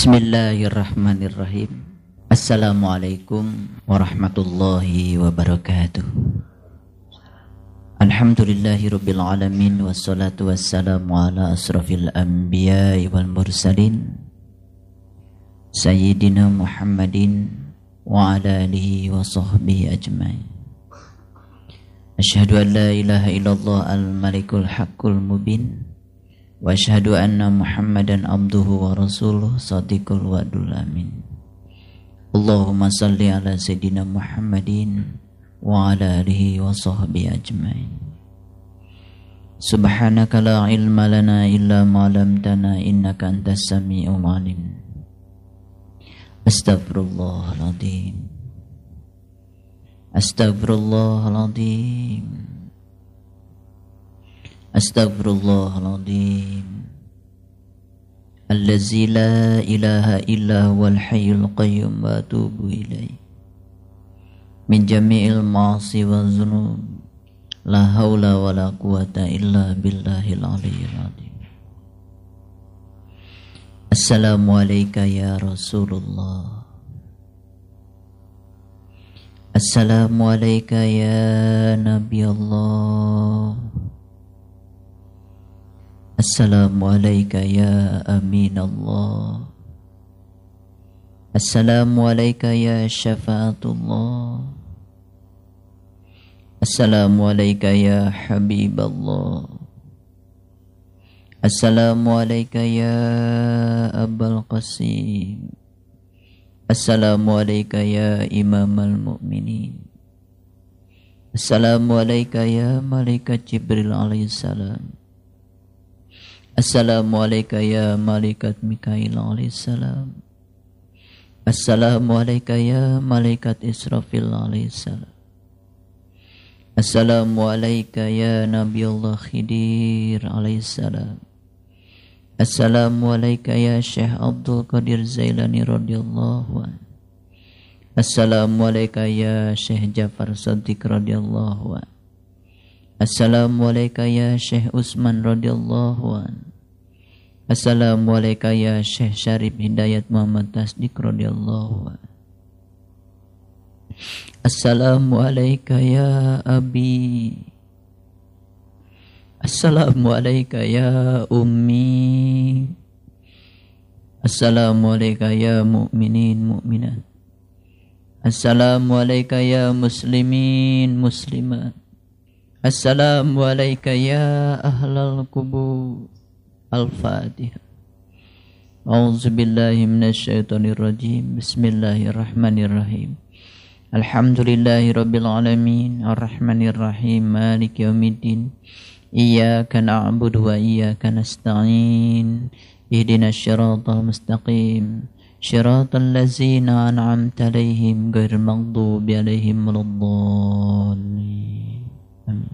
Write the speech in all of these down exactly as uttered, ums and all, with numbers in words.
Bismillahirrahmanirrahim. Assalamualaikum warahmatullahi wabarakatuh. Alhamdulillahirabbil alamin wassalatu wassalamu ala asrafil anbiya'i wal mursalin sayyidina Muhammadin wa ala alihi wa sahbihi ajmain. Asyhadu an la ilaha illallah al-malikul haqqul mubin wa asyhadu anna Muhammadan abduhu wa rasuluh shadiqul wa'dul amin. Allahumma salli ala sayyidina Muhammadin wa ala alihi wa sahbihi ajmain. Subhanaka la ilma lana illa ma 'allamtana innaka antas samiul alim. Astaghfirullahaladzim. Astaghfirullahaladzim. Astaghfirullahaladzim. Allazi la ilaha illa huwal hayyul qayyum wa atubu ilaih. Min jami'il ma'asi wa dzunub. La haula wa la quwata illa billahil aliyyil azim. Assalamu alayka ya Rasulullah. Assalamu alayka ya Nabi Allah. Assalamu alayka ya Amin Allah. Assalamu alayka ya Syafa'atullah. Assalamu alayka ya Habib Allah. Assalamu alayka ya Abul Qasim. Assalamu alayka ya Imam al-Mu'minin. Assalamu alayka ya Malaikat Jibril alaihissalam. Assalamu alayka ya Malaikat Mikail alaihissalam. Assalamu alayka ya Malaikat Israfil alaihissalam. Assalamu alayka ya Nabi Allah Khidir alaihissalam. Assalamu alayka ya Syekh Abdul Qadir Zailani radhiyallahu anhu. Assalamu alayka ya Syekh Jafar Shadiq radhiyallahu anhu. Assalamu alayka ya Syekh Utsman radhiyallahu anhu. Assalamu alayka ya Syekh Syarif Hidayat Muhammad Tasdiq radhiyallahu anhu. Assalamu alayka ya Abi. Assalamu alayka ya Ummi. Assalamu alayka ya mu'minin mu'minat. Assalamu alayka ya muslimin muslimat. Assalamu alayka ya ahlal kubur. Al-Fatihah. A'udzu billahi minasyaitonir rajim. Bismillahirrahmanirrahim. Alhamdulillahi rabbil alamin arrahmanir rahim maliki yaumiddin. Iyyaka na'budu wa iyyaka nasta'in. Ihdinas siratal mustaqim. Shiratal ladzina an'amta 'alaihim ghairil maghdubi 'alaihim waladdallin. Amin.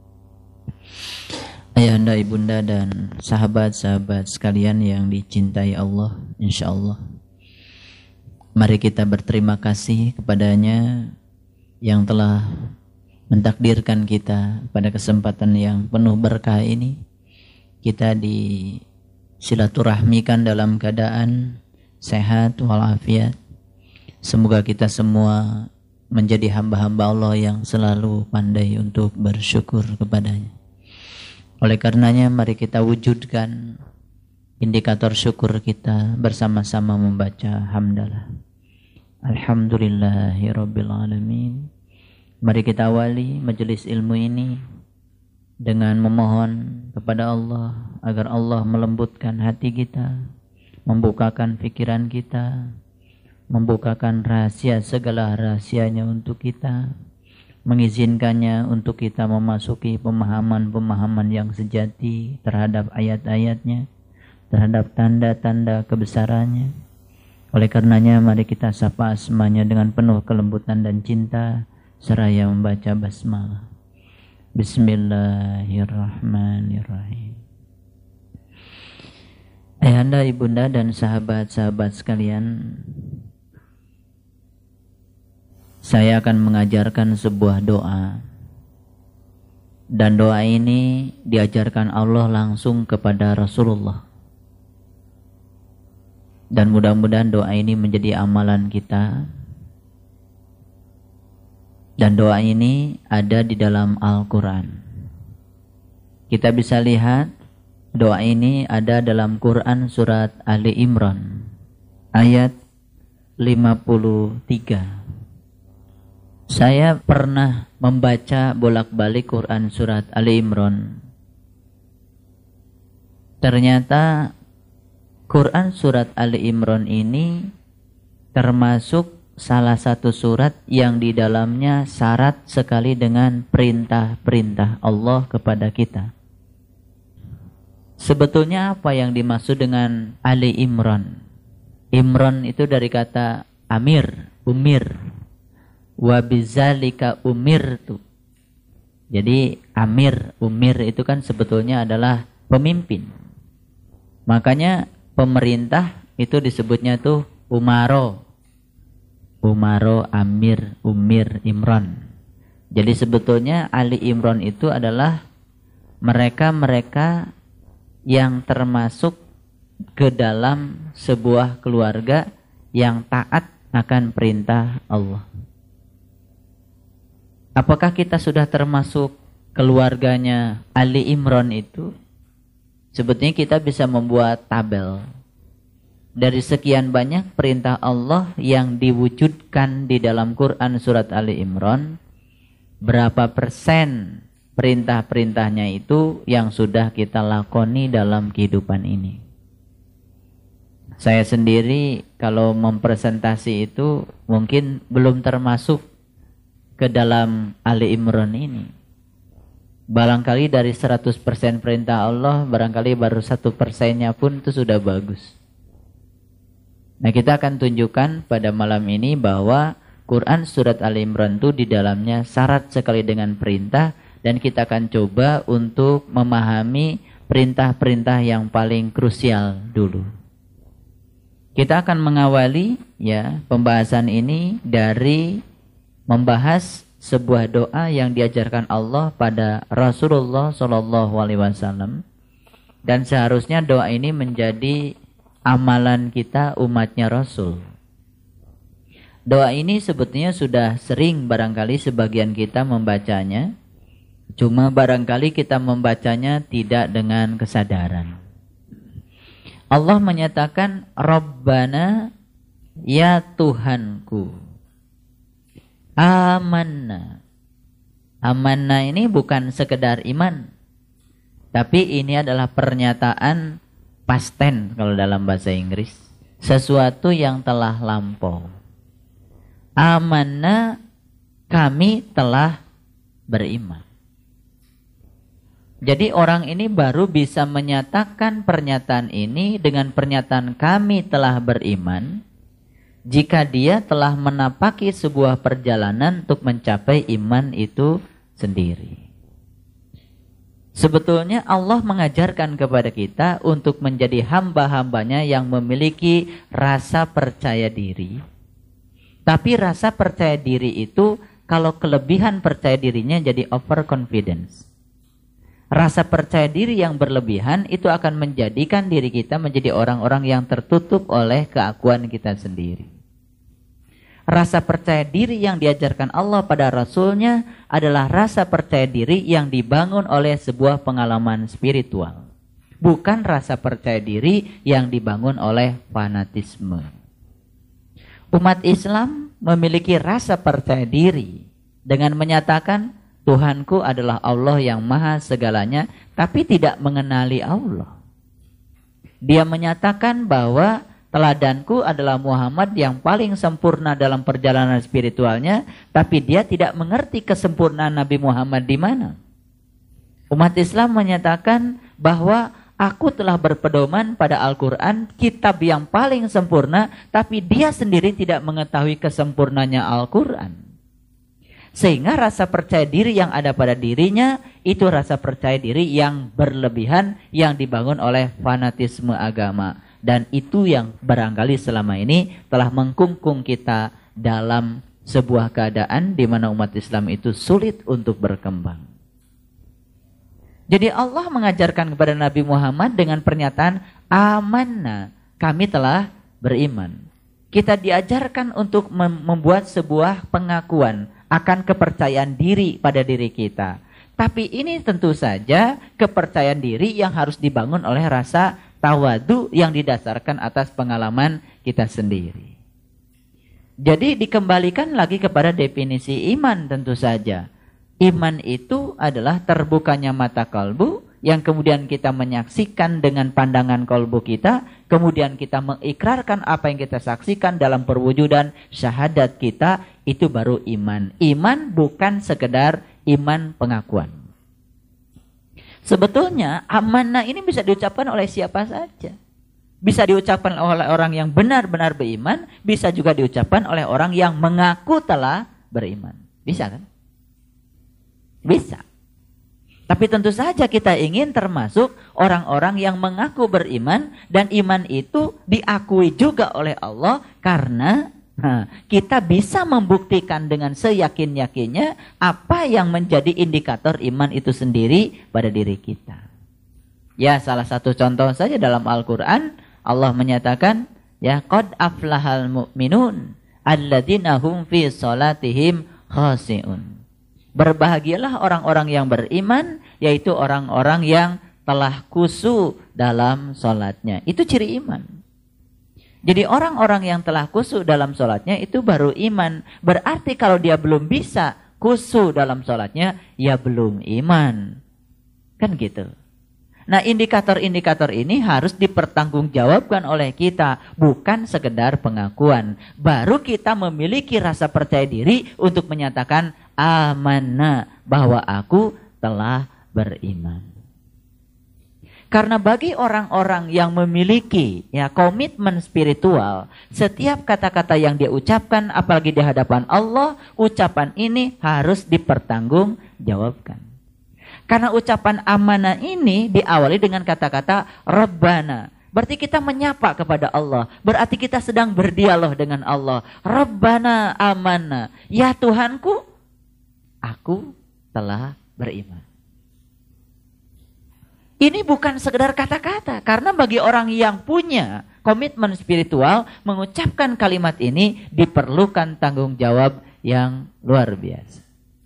Ayahanda, ibunda dan sahabat-sahabat sekalian yang dicintai Allah, insyaallah, mari kita berterima kasih kepadanya yang telah mentakdirkan kita pada kesempatan yang penuh berkah ini. Kita disilaturahmikan dalam keadaan sehat walafiat. Semoga kita semua menjadi hamba-hamba Allah yang selalu pandai untuk bersyukur kepadanya. Oleh karenanya mari kita wujudkan indikator syukur kita bersama-sama membaca hamdalah. Alhamdulillahirabbil alamin. Mari kita awali majelis ilmu ini dengan memohon kepada Allah agar Allah melembutkan hati kita, membukakan pikiran kita, membukakan rahasia segala rahasianya untuk kita, mengizinkannya untuk kita memasuki pemahaman-pemahaman yang sejati terhadap ayat-ayatnya, terhadap tanda-tanda kebesarannya. Oleh karenanya mari kita sapa asmanya dengan penuh kelembutan dan cinta seraya membaca basmalah. Bismillahirrahmanirrahim. Ayahanda, ibunda dan sahabat-sahabat sekalian, saya akan mengajarkan sebuah doa. Dan doa ini diajarkan Allah langsung kepada Rasulullah. Dan mudah-mudahan doa ini menjadi amalan kita. Dan doa ini ada di dalam Al-Quran. Kita bisa lihat doa ini ada dalam Quran surat Ali Imran ayat lima puluh tiga. Saya pernah membaca bolak-balik Quran surat Ali Imran. Ternyata Quran surat Ali Imran ini termasuk salah satu surat yang di dalamnya syarat sekali dengan perintah-perintah Allah kepada kita. Sebetulnya apa yang dimaksud dengan Ali Imran? Imran itu dari kata amir, umir. Wa bizalika umirtu. Jadi amir, umir itu kan sebetulnya adalah pemimpin. Makanya pemerintah itu disebutnya tuh umaro. Umaro, amir, umir, imron. Jadi sebetulnya Ali Imran itu adalah mereka-mereka yang termasuk ke dalam sebuah keluarga yang taat akan perintah Allah. Apakah kita sudah termasuk keluarganya Ali Imran itu? Sebetulnya kita bisa membuat tabel. Dari sekian banyak perintah Allah yang diwujudkan di dalam Quran surat Ali Imran, berapa persen perintah-perintahnya itu yang sudah kita lakoni dalam kehidupan ini? Saya sendiri kalau mempresentasi itu mungkin belum termasuk ke dalam Ali Imran ini. Barangkali dari seratus persen perintah Allah, barangkali baru satu persennya pun itu sudah bagus. Nah, kita akan tunjukkan pada malam ini bahwa Quran surat Ali Imran itu di dalamnya syarat sekali dengan perintah, dan kita akan coba untuk memahami perintah-perintah yang paling krusial dulu. Kita akan mengawali ya pembahasan ini dari membahas sebuah doa yang diajarkan Allah pada Rasulullah shallallahu alaihi wasallam, dan seharusnya doa ini menjadi amalan kita umatnya Rasul. Doa ini sebetulnya sudah sering barangkali sebagian kita membacanya, cuma barangkali kita membacanya tidak dengan kesadaran. Allah menyatakan, Rabbana, ya Tuhanku, amanna. Amanna ini bukan sekedar iman, tapi ini adalah pernyataan past tense kalau dalam bahasa Inggris. Sesuatu yang telah lampau. Amanna, kami telah beriman. Jadi orang ini baru bisa menyatakan pernyataan ini dengan pernyataan kami telah beriman jika dia telah menapaki sebuah perjalanan untuk mencapai iman itu sendiri. Sebetulnya Allah mengajarkan kepada kita untuk menjadi hamba-hambanya yang memiliki rasa percaya diri. Tapi rasa percaya diri itu kalau kelebihan percaya dirinya jadi overconfidence. Rasa percaya diri yang berlebihan itu akan menjadikan diri kita menjadi orang-orang yang tertutup oleh keakuan kita sendiri. Rasa percaya diri yang diajarkan Allah pada Rasulnya adalah rasa percaya diri yang dibangun oleh sebuah pengalaman spiritual. Bukan rasa percaya diri yang dibangun oleh fanatisme. Umat Islam memiliki rasa percaya diri dengan menyatakan, Tuhanku adalah Allah yang maha segalanya, tapi tidak mengenali Allah. Dia menyatakan bahwa teladanku adalah Muhammad yang paling sempurna dalam perjalanan spiritualnya, tapi dia tidak mengerti kesempurnaan Nabi Muhammad di mana. Umat Islam menyatakan bahwa aku telah berpedoman pada Al-Quran, kitab yang paling sempurna, tapi dia sendiri tidak mengetahui kesempurnanya Al-Quran. Sehingga rasa percaya diri yang ada pada dirinya itu rasa percaya diri yang berlebihan yang dibangun oleh fanatisme agama. Dan itu yang barangkali selama ini telah mengkungkung kita dalam sebuah keadaan di mana umat Islam itu sulit untuk berkembang. Jadi Allah mengajarkan kepada Nabi Muhammad dengan pernyataan amanna, kami telah beriman. Kita diajarkan untuk mem- membuat sebuah pengakuan akan kepercayaan diri pada diri kita. Tapi ini tentu saja kepercayaan diri yang harus dibangun oleh rasa tawadu yang didasarkan atas pengalaman kita sendiri. Jadi dikembalikan lagi kepada definisi iman tentu saja. Iman itu adalah terbukanya mata kalbu yang kemudian kita menyaksikan dengan pandangan kalbu kita, kemudian kita mengikrarkan apa yang kita saksikan dalam perwujudan syahadat kita, itu baru iman. Iman bukan sekedar iman pengakuan. Sebetulnya amanah ini bisa diucapkan oleh siapa saja. Bisa diucapkan oleh orang yang benar-benar beriman, bisa juga diucapkan oleh orang yang mengaku telah beriman. Bisa kan? Bisa. Tapi tentu saja kita ingin termasuk orang-orang yang mengaku beriman dan iman itu diakui juga oleh Allah karena nah, kita bisa membuktikan dengan seyakin-yakinnya apa yang menjadi indikator iman itu sendiri pada diri kita. Ya, salah satu contoh saja dalam Al-Quran Allah menyatakan ya qad aflahal mu'minun alladzina hum fi salatihim khashi'un. Berbahagialah orang-orang yang beriman, yaitu orang-orang yang telah khusyuk dalam sholatnya. Itu ciri iman. Jadi orang-orang yang telah khusyuk dalam sholatnya itu baru iman. Berarti kalau dia belum bisa khusyuk dalam sholatnya, ya belum iman. Kan gitu. Nah, indikator-indikator ini harus dipertanggungjawabkan oleh kita, bukan sekedar pengakuan. Baru kita memiliki rasa percaya diri untuk menyatakan amanah, bahwa aku telah beriman. Karena bagi orang-orang yang memiliki ya komitmen spiritual, setiap kata-kata yang dia ucapkan apalagi di hadapan Allah, ucapan ini harus dipertanggungjawabkan. Karena ucapan amanah ini diawali dengan kata-kata Rabbana. Berarti kita menyapa kepada Allah. Berarti kita sedang berdialog dengan Allah. Rabbana amanah. Ya Tuhanku, aku telah beriman. Ini bukan sekedar kata-kata. Karena bagi orang yang punya komitmen spiritual, mengucapkan kalimat ini diperlukan tanggung jawab yang luar biasa.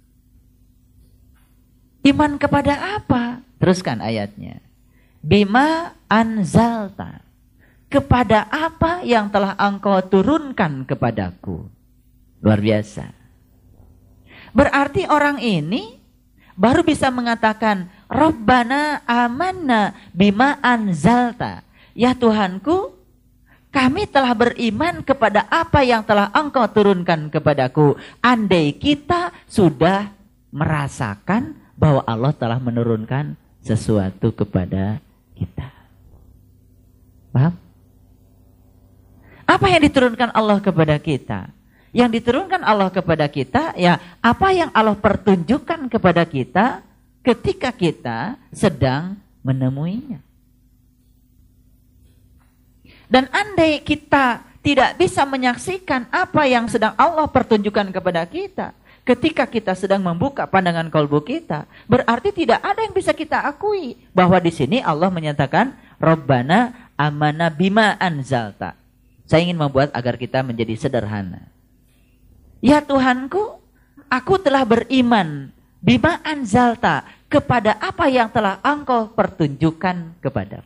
Iman kepada apa? Teruskan ayatnya. Bima anzalta. Kepada apa yang telah engkau turunkan kepadaku. Luar biasa. Berarti orang ini baru bisa mengatakan Rabbana amanna bima anzalta. Ya Tuhanku, kami telah beriman kepada apa yang telah engkau turunkan kepadaku. Andai kita sudah merasakan bahwa Allah telah menurunkan sesuatu kepada kita. Paham? Apa yang diturunkan Allah kepada kita? Yang diturunkan Allah kepada kita, ya apa yang Allah pertunjukkan kepada kita ketika kita sedang menemuinya. Dan andai kita tidak bisa menyaksikan apa yang sedang Allah pertunjukkan kepada kita, ketika kita sedang membuka pandangan kalbu kita, berarti tidak ada yang bisa kita akui bahwa di sini Allah menyatakan Rabbana amana bima anzalta. Saya ingin membuat agar kita menjadi sederhana. Ya Tuhanku, aku telah beriman bima anzalta, kepada apa yang telah engkau pertunjukkan kepadaku.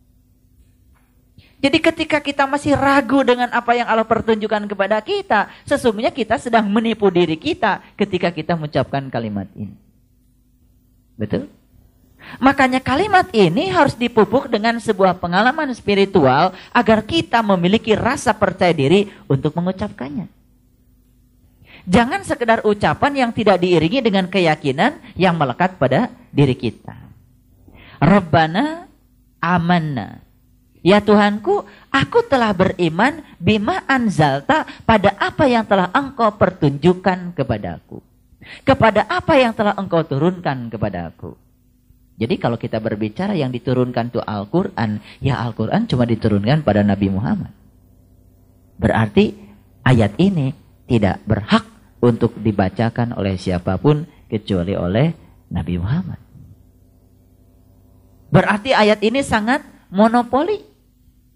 Jadi ketika kita masih ragu dengan apa yang Allah pertunjukkan kepada kita, sesungguhnya kita sedang menipu diri kita ketika kita mengucapkan kalimat ini. Betul? Makanya kalimat ini harus dipupuk dengan sebuah pengalaman spiritual agar kita memiliki rasa percaya diri untuk mengucapkannya. Jangan sekedar ucapan yang tidak diiringi dengan keyakinan yang melekat pada diri kita. Rabbana amanna. Ya Tuhanku, aku telah beriman bima anzalta, pada apa yang telah engkau pertunjukkan kepadaku. Kepada apa yang telah engkau turunkan kepadaku. Jadi kalau kita berbicara yang diturunkan itu Al-Quran, ya Al-Quran cuma diturunkan pada Nabi Muhammad. Berarti ayat ini tidak berhak untuk dibacakan oleh siapapun kecuali oleh Nabi Muhammad. Berarti ayat ini sangat monopoli.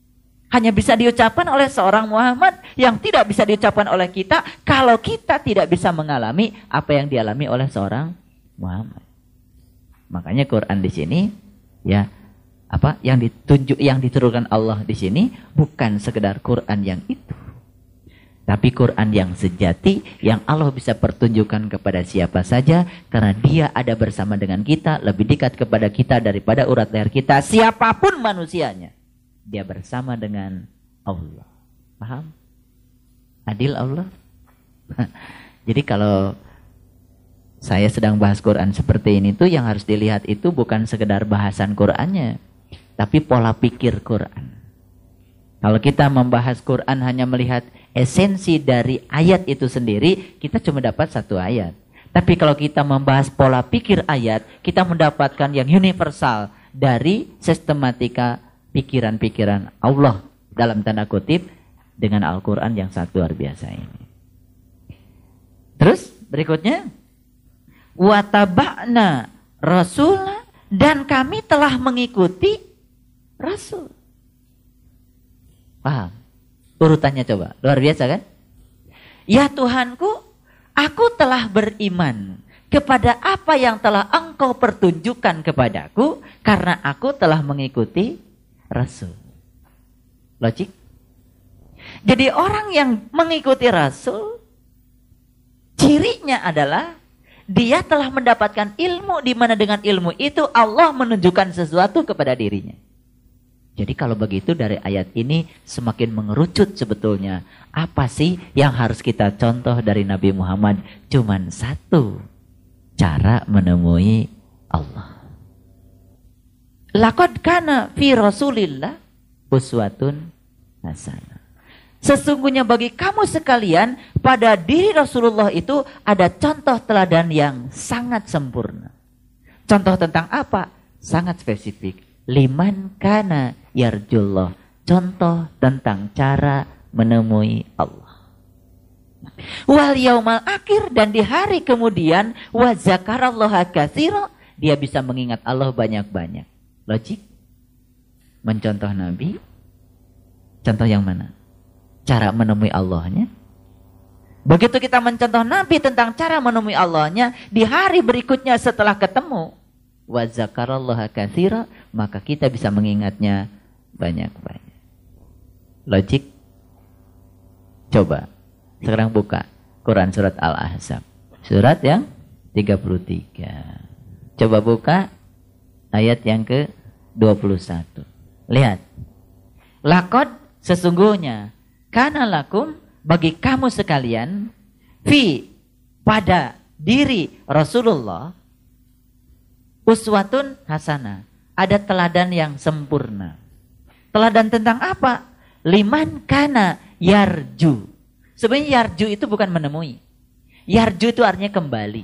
Hanya bisa diucapkan oleh seorang Muhammad yang tidak bisa diucapkan oleh kita kalau kita tidak bisa mengalami apa yang dialami oleh seorang Muhammad. Makanya Quran di sini ya apa yang ditunjuk yang diturunkan Allah di sini bukan sekedar Quran yang itu. Tapi Quran yang sejati yang Allah bisa pertunjukkan kepada siapa saja karena dia ada bersama dengan kita, lebih dekat kepada kita daripada urat leher kita, siapapun manusianya. Dia bersama dengan Allah. Paham? Adil Allah. Jadi kalau saya sedang bahas Quran seperti ini tuh yang harus dilihat itu bukan sekedar bahasan Qurannya, tapi pola pikir Quran. Kalau kita membahas Quran hanya melihat esensi dari ayat itu sendiri, kita cuma dapat satu ayat. Tapi kalau kita membahas pola pikir ayat, kita mendapatkan yang universal dari sistematika pikiran-pikiran Allah dalam tanda kutip dengan Al-Quran yang sangat luar biasa ini. Terus berikutnya, wataba'na rasulah, dan kami telah mengikuti Rasul. Paham? Urutannya coba, luar biasa kan? Ya Tuhanku, aku telah beriman kepada apa yang telah Engkau pertunjukkan kepadaku karena aku telah mengikuti Rasul. Logik? Jadi orang yang mengikuti Rasul, cirinya adalah dia telah mendapatkan ilmu di mana dengan ilmu itu Allah menunjukkan sesuatu kepada dirinya. Jadi kalau begitu dari ayat ini semakin mengerucut sebetulnya. Apa sih yang harus kita contoh dari Nabi Muhammad? Cuman satu, cara menemui Allah. Laqad kana fi Rasulillah uswatun hasanah. Sesungguhnya bagi kamu sekalian pada diri Rasulullah itu ada contoh teladan yang sangat sempurna. Contoh tentang apa? Sangat spesifik. Liman kana yarjullah. Contoh tentang cara menemui Allah. Wal yaumal akhir, dan di hari kemudian wa zakarallaha katsira, dia bisa mengingat Allah banyak-banyak. Logik? Mencontoh Nabi. Contoh yang mana? Cara menemui Allahnya. Begitu kita mencontoh Nabi tentang cara menemui Allahnya, di hari berikutnya setelah ketemu wa zakarallaha katsira, maka kita bisa mengingatnya banyak-banyak. Logik? Coba sekarang buka Quran surat Al-Ahzab. Surat yang tiga puluh tiga. Coba buka ayat yang ke dua puluh satu. Lihat. Laqad, sesungguhnya, kana lakum, bagi kamu sekalian, fi, pada diri Rasulullah, uswatun hasanah, ada teladan yang sempurna. Teladan tentang apa? Liman kana yarju. Sebenarnya yarju itu bukan menemui. Yarju itu artinya kembali.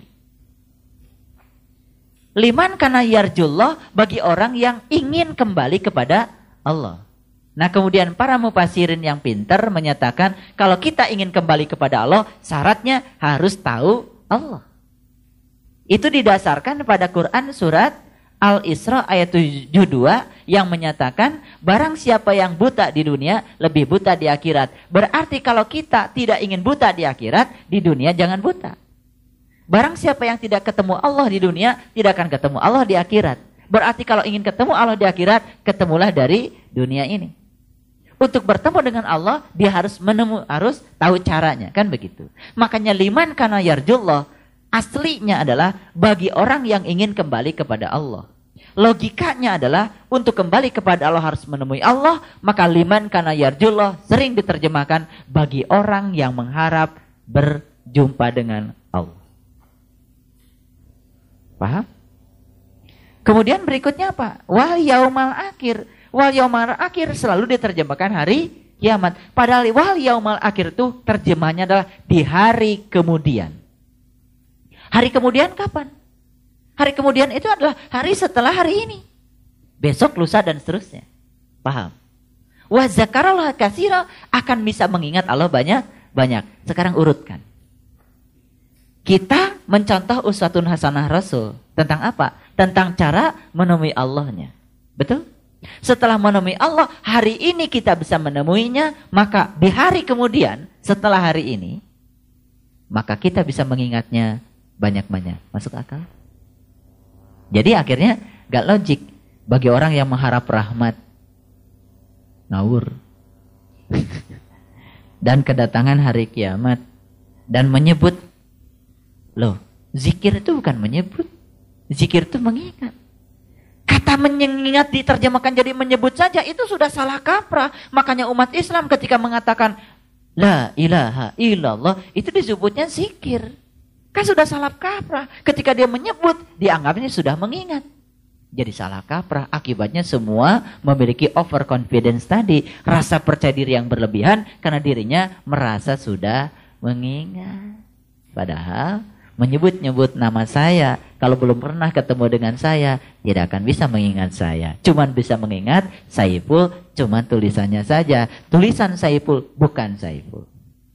Liman kana yarjullah, bagi orang yang ingin kembali kepada Allah. Nah kemudian para mufasirin yang pintar menyatakan kalau kita ingin kembali kepada Allah, syaratnya harus tahu Allah. Itu didasarkan pada Quran surat Al-Isra ayat tujuh puluh dua yang menyatakan barang siapa yang buta di dunia lebih buta di akhirat. Berarti kalau kita tidak ingin buta di akhirat, di dunia jangan buta. Barang siapa yang tidak ketemu Allah di dunia tidak akan ketemu Allah di akhirat. Berarti kalau ingin ketemu Allah di akhirat, ketemulah dari dunia ini. Untuk bertemu dengan Allah, dia harus menemu, harus tahu caranya, kan begitu. Makanya liman kana yarjullah, aslinya adalah bagi orang yang ingin kembali kepada Allah. Logikanya adalah untuk kembali kepada Allah harus menemui Allah, maka liman kana yarjullah sering diterjemahkan bagi orang yang mengharap berjumpa dengan Allah. Paham? Kemudian berikutnya apa? Wal yaumal akhir. Wal yaumal akhir selalu diterjemahkan hari kiamat. Padahal wal yaumal akhir itu terjemahnya adalah di hari kemudian. Hari kemudian kapan? Hari kemudian itu adalah hari setelah hari ini. Besok, lusa, dan seterusnya. Paham? Wa zakarallaha katsira, akan bisa mengingat Allah banyak-banyak. Sekarang urutkan. Kita mencontoh uswatun hasanah Rasul. Tentang apa? Tentang cara menemui Allahnya. Betul? Setelah menemui Allah, hari ini kita bisa menemuinya, maka di hari kemudian, setelah hari ini, maka kita bisa mengingatnya banyak-banyak. Masuk akal? Jadi akhirnya gak logik bagi orang yang mengharap rahmat. Ngawur. Dan kedatangan hari kiamat. Dan menyebut. Loh, zikir itu bukan menyebut. Zikir itu mengingat. Kata mengingat diterjemahkan jadi menyebut saja, itu sudah salah kaprah. Makanya umat Islam ketika mengatakan La ilaha illallah, itu disebutnya zikir. Kan sudah salah kaprah. Ketika dia menyebut, dianggapnya sudah mengingat. Jadi salah kaprah. Akibatnya semua memiliki overconfidence tadi. Rasa percaya diri yang berlebihan karena dirinya merasa sudah mengingat. Padahal menyebut-nyebut nama saya, kalau belum pernah ketemu dengan saya, tidak akan bisa mengingat saya. Cuman bisa mengingat Saiful, cuman tulisannya saja. Tulisan Saiful, bukan Saiful.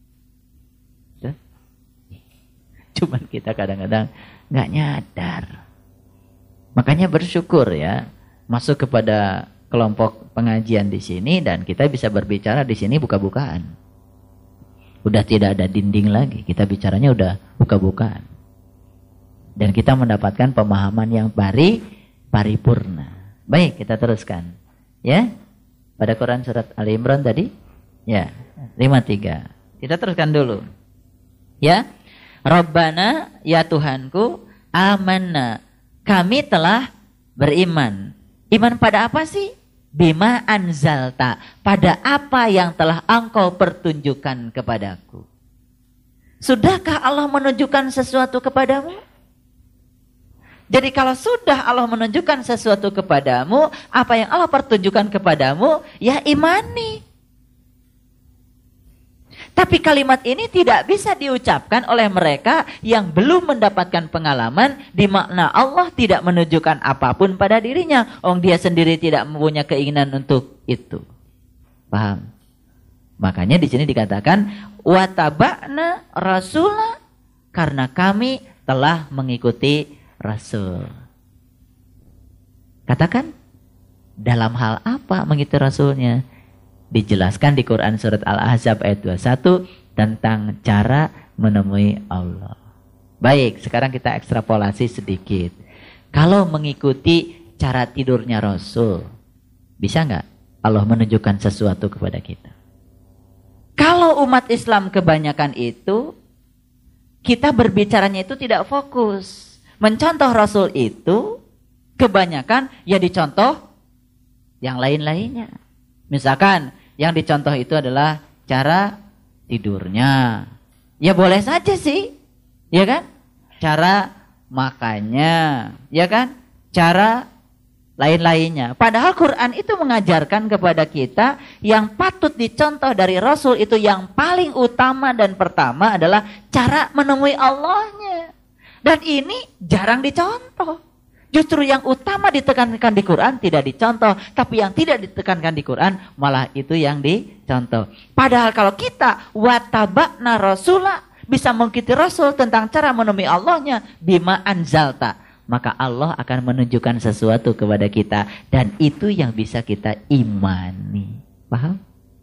Cuman kita kadang-kadang nggak nyadar. Makanya bersyukur ya, masuk kepada kelompok pengajian di sini dan kita bisa berbicara di sini buka-bukaan. Udah tidak ada dinding lagi, kita bicaranya udah buka-bukaan. Dan kita mendapatkan pemahaman yang pari paripurna. Baik, kita teruskan. Ya. Pada Quran surat Ali Imran tadi? Ya, lima puluh tiga. Kita teruskan dulu. Ya. Rabbana, ya Tuhanku, amanna, kami telah beriman. Iman pada apa sih? Bima anzalta, pada apa yang telah engkau pertunjukkan kepadaku. Sudahkah Allah menunjukkan sesuatu kepadamu? Jadi kalau sudah Allah menunjukkan sesuatu kepadamu, apa yang Allah pertunjukkan kepadamu, ya imani. Tapi kalimat ini tidak bisa diucapkan oleh mereka yang belum mendapatkan pengalaman di makna Allah tidak menunjukkan apapun pada dirinya. Oh, dia sendiri tidak mempunyai keinginan untuk itu. Paham? Makanya di sini dikatakan wataba'na rasula, karena kami telah mengikuti Rasul. Katakan dalam hal apa mengikuti Rasulnya? Dijelaskan di Quran surat Al-Ahzab ayat dua puluh satu tentang cara menemui Allah. Baik, sekarang kita ekstrapolasi sedikit. Kalau mengikuti cara tidurnya Rasul, bisa nggak Allah menunjukkan sesuatu kepada kita? Kalau umat Islam kebanyakan itu, kita berbicaranya itu tidak fokus. Mencontoh Rasul itu, kebanyakan ya dicontoh yang lain-lainnya. Misalkan, yang dicontoh itu adalah cara tidurnya. Ya boleh saja sih. Ya kan? Cara makannya. Ya kan? Cara lain-lainnya. Padahal Quran itu mengajarkan kepada kita yang patut dicontoh dari Rasul itu yang paling utama dan pertama adalah cara menemui Allahnya. Dan ini jarang dicontoh. Justru yang utama ditekankan di Quran tidak dicontoh. Tapi yang tidak ditekankan di Quran malah itu yang dicontoh. Padahal kalau kita watabakna rasulah, bisa mengikuti Rasul tentang cara menemui Allahnya, bima anzalta, maka Allah akan menunjukkan sesuatu kepada kita. Dan itu yang bisa kita imani. Paham?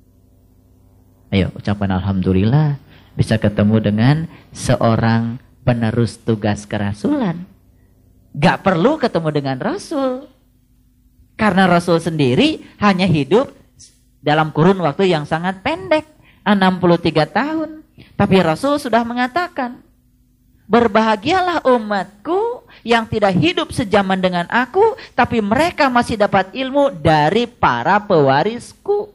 Ayo ucapkan Alhamdulillah bisa ketemu dengan seorang penerus tugas kerasulan. Gak perlu ketemu dengan Rasul. Karena Rasul sendiri hanya hidup dalam kurun waktu yang sangat pendek. enam puluh tiga tahun. Tapi Rasul sudah mengatakan, berbahagialah umatku yang tidak hidup sejaman dengan aku, tapi mereka masih dapat ilmu dari para pewarisku.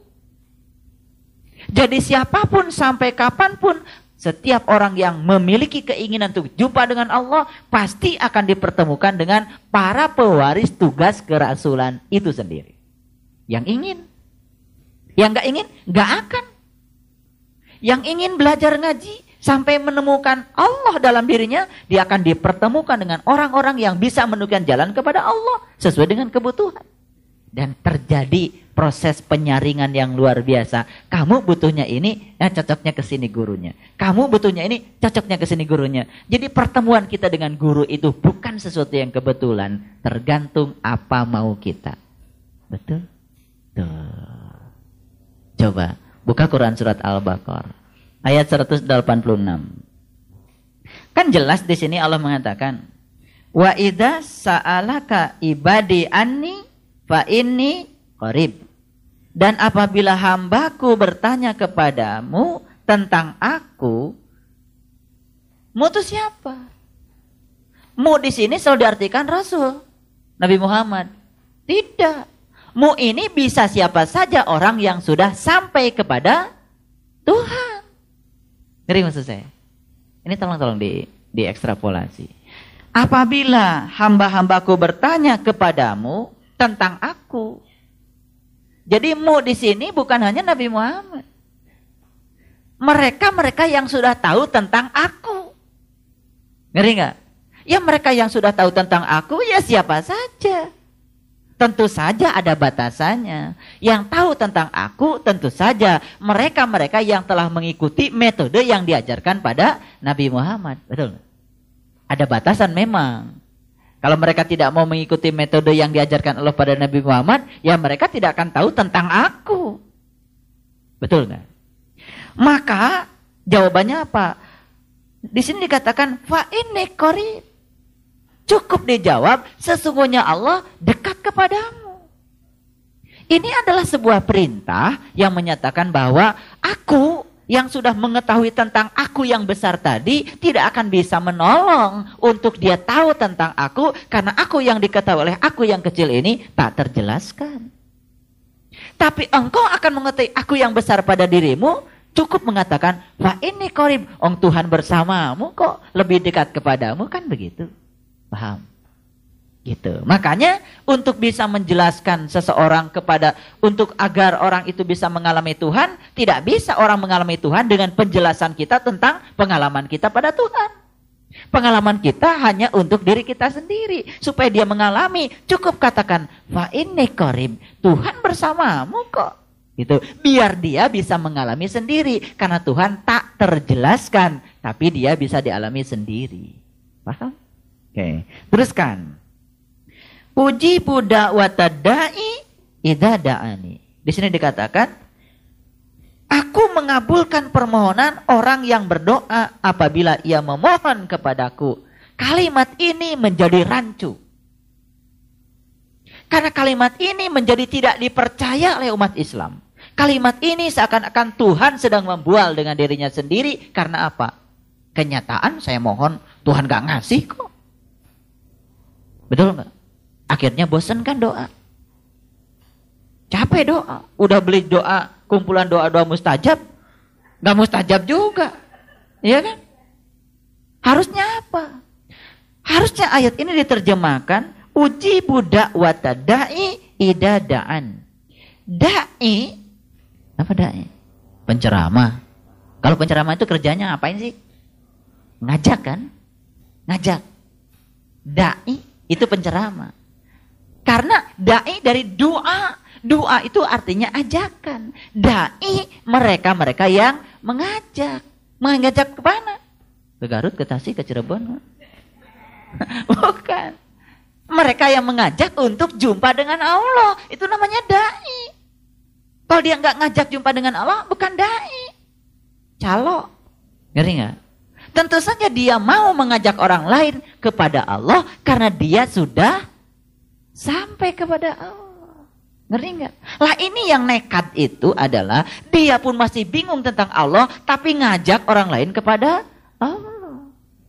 Jadi siapapun sampai kapanpun, setiap orang yang memiliki keinginan untuk jumpa dengan Allah pasti akan dipertemukan dengan para pewaris tugas kerasulan itu sendiri. Yang ingin, yang gak ingin, gak akan. Yang ingin belajar ngaji sampai menemukan Allah dalam dirinya, dia akan dipertemukan dengan orang-orang yang bisa menunjukkan jalan kepada Allah sesuai dengan kebutuhan. Dan terjadi proses penyaringan yang luar biasa. Kamu butuhnya ini, ya cocoknya ke sini gurunya. Kamu butuhnya ini, cocoknya ke sini gurunya. Jadi pertemuan kita dengan guru itu bukan sesuatu yang kebetulan. Tergantung apa mau kita. Betul? Tuh. Coba buka Quran surat Al-Baqarah ayat seratus delapan puluh enam. Kan jelas di sini Allah mengatakan, wa idza sa'alaka ibadi anni fa inni qarib. Dan apabila hambaku bertanya kepadamu tentang aku, mu itu siapa? Mu di sini selalu diartikan Rasul Nabi Muhammad. Tidak. Mu ini bisa siapa saja orang yang sudah sampai kepada Tuhan. Ngeri maksud saya? Ini tolong-tolong di diekstrapolasi. Apabila hamba-hambaku bertanya kepadamu tentang aku. Jadi mu di sini bukan hanya Nabi Muhammad. Mereka-mereka yang sudah tahu tentang aku. Ngeri nggak? Ya mereka yang sudah tahu tentang aku ya siapa saja. Tentu saja ada batasannya. Yang tahu tentang aku tentu saja mereka-mereka yang telah mengikuti metode yang diajarkan pada Nabi Muhammad. Betul? Ada batasan memang. Kalau mereka tidak mau mengikuti metode yang diajarkan Allah pada Nabi Muhammad, ya mereka tidak akan tahu tentang aku. Betul nggak? Maka jawabannya apa? Di sini dikatakan fa inni qarib. Cukup dijawab sesungguhnya Allah dekat kepadamu. Ini adalah sebuah perintah yang menyatakan bahwa aku yang sudah mengetahui tentang aku yang besar tadi tidak akan bisa menolong untuk dia tahu tentang aku karena aku yang diketahui oleh aku yang kecil ini tak terjelaskan. Tapi engkau akan mengetahui aku yang besar pada dirimu, cukup mengatakan fa inni qarib, ong Tuhan bersamamu kok lebih dekat kepadamu, kan begitu. Paham? Gitu. Makanya untuk bisa menjelaskan seseorang kepada untuk agar orang itu bisa mengalami Tuhan, tidak bisa orang mengalami Tuhan dengan penjelasan kita tentang pengalaman kita pada Tuhan. Pengalaman kita hanya untuk diri kita sendiri. Supaya dia mengalami, cukup katakan fa inni qarib, Tuhan bersamamu kok. Gitu. Biar dia bisa mengalami sendiri karena Tuhan tak terjelaskan, tapi dia bisa dialami sendiri. Paham? Oke. Teruskan. Puji budak watadai idza da'ani. Di sini dikatakan, aku mengabulkan permohonan orang yang berdoa apabila ia memohon kepadaku. Kalimat ini menjadi rancu. Karena kalimat ini menjadi tidak dipercaya oleh umat Islam. Kalimat ini seakan-akan Tuhan sedang membual dengan dirinya sendiri. Karena apa? Kenyataan saya mohon Tuhan gak ngasih kok. Betul gak? Akhirnya bosan kan doa. Capek doa. Udah beli doa, kumpulan doa-doa mustajab. Gak mustajab juga. Iya kan? Harusnya apa? Harusnya ayat ini diterjemahkan. Uji budak watadai idadaan. Da'i. Apa da'i? Penceramah. Kalau penceramah itu kerjanya ngapain sih? Ngajak kan? Ngajak. Da'i itu penceramah. Karena da'i dari doa. Doa itu artinya ajakan. Da'i mereka-mereka yang mengajak. Mengajak ke mana? Ke Garut, ke Tasik, ke Cirebon. Bukan. Mereka yang mengajak untuk jumpa dengan Allah. Itu namanya da'i. Kalau dia nggak ngajak jumpa dengan Allah, bukan da'i. Calo. Ngerti nggak? Tentu saja dia mau mengajak orang lain kepada Allah karena dia sudah sampai kepada Allah. Ngerti nggak? Lah ini yang nekat itu adalah dia pun masih bingung tentang Allah tapi ngajak orang lain kepada Allah.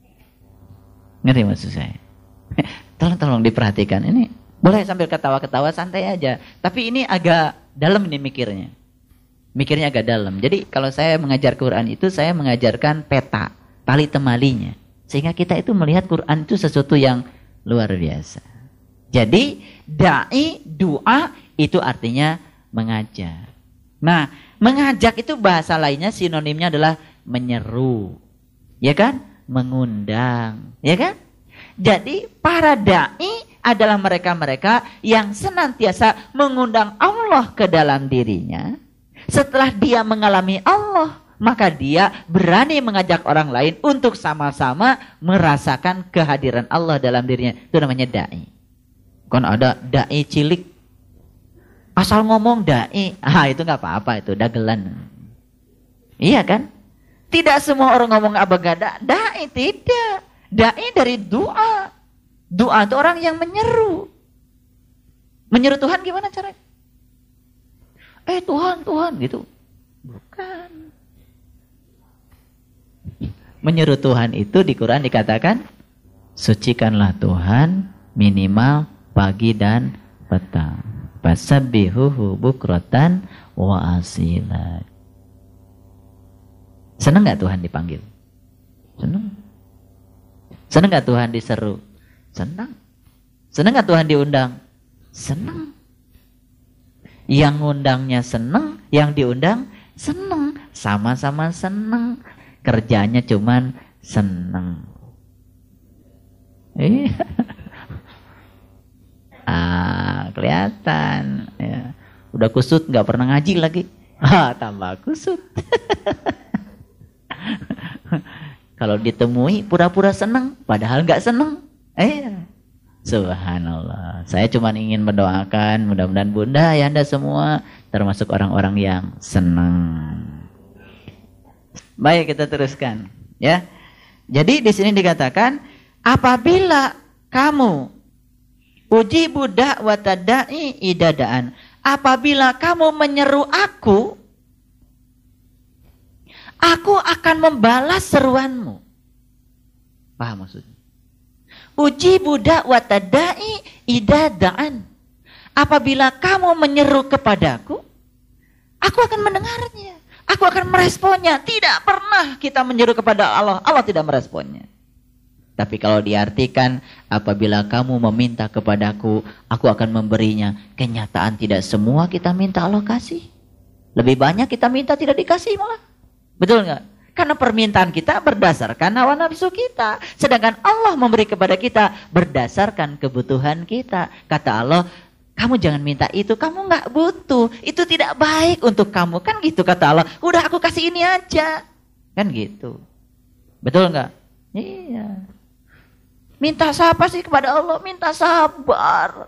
Ngerti maksud saya? Tolong-tolong diperhatikan. Ini boleh sambil ketawa-ketawa santai aja. Tapi ini agak dalam ini mikirnya. Mikirnya agak dalam. Jadi kalau saya mengajar Quran itu saya mengajarkan peta, tali temalinya. Sehingga kita itu melihat Quran itu sesuatu yang luar biasa. Jadi da'i, doa itu artinya mengajak. Nah, mengajak itu bahasa lainnya sinonimnya adalah menyeru. Ya kan? Mengundang. Ya kan? Jadi para da'i adalah mereka-mereka yang senantiasa mengundang Allah ke dalam dirinya. Setelah dia mengalami Allah, maka dia berani mengajak orang lain untuk sama-sama merasakan kehadiran Allah dalam dirinya. Itu namanya da'i. Kan ada da'i cilik. Asal ngomong dai, ah itu nggak apa-apa, itu dagelan. Iya kan? Tidak semua orang ngomong abagada dai, tidak. Dai dari doa. Doa itu orang yang menyeru. Menyeru Tuhan gimana caranya? Eh Tuhan, Tuhan gitu. Bukan. Menyeru Tuhan itu di Quran dikatakan, sucikanlah Tuhan minimal pagi dan petang. Fasabbihuhu bukratan wa asila. Senang gak Tuhan dipanggil? Senang. Senang gak Tuhan diseru? Senang. Senang gak Tuhan diundang? Senang. Yang ngundangnya senang, yang diundang senang. Sama-sama senang. Kerjanya cuman senang. Iya. Ah, kelihatan. Ya. Udah kusut, nggak pernah ngaji lagi. Ah, tambah kusut. Kalau ditemui pura-pura senang, padahal nggak senang. Eh, subhanallah. Saya cuma ingin mendoakan, mudah-mudahan Bunda, Ayahanda semua termasuk orang-orang yang senang. Baik, kita teruskan, ya. Jadi di sini dikatakan, apabila kamu uji budak watadai idadaan, apabila kamu menyeru aku, aku akan membalas seruanmu. Paham maksudnya? Uji budak watadai idadaan, apabila kamu menyeru kepadaku, aku akan mendengarnya. Aku akan meresponnya. Tidak pernah kita menyeru kepada Allah, Allah tidak meresponnya. Tapi kalau diartikan, apabila kamu meminta kepadaku, aku akan memberinya. Kenyataan tidak semua kita minta Allah kasih. Lebih banyak kita minta tidak dikasih malah. Betul nggak? Karena permintaan kita berdasarkan hawa nafsu kita. Sedangkan Allah memberi kepada kita berdasarkan kebutuhan kita. Kata Allah, kamu jangan minta itu, kamu nggak butuh. Itu tidak baik untuk kamu. Kan gitu kata Allah. Udah aku kasih ini aja. Kan gitu. Betul nggak? Iya. Minta apa sih kepada Allah? Minta sabar.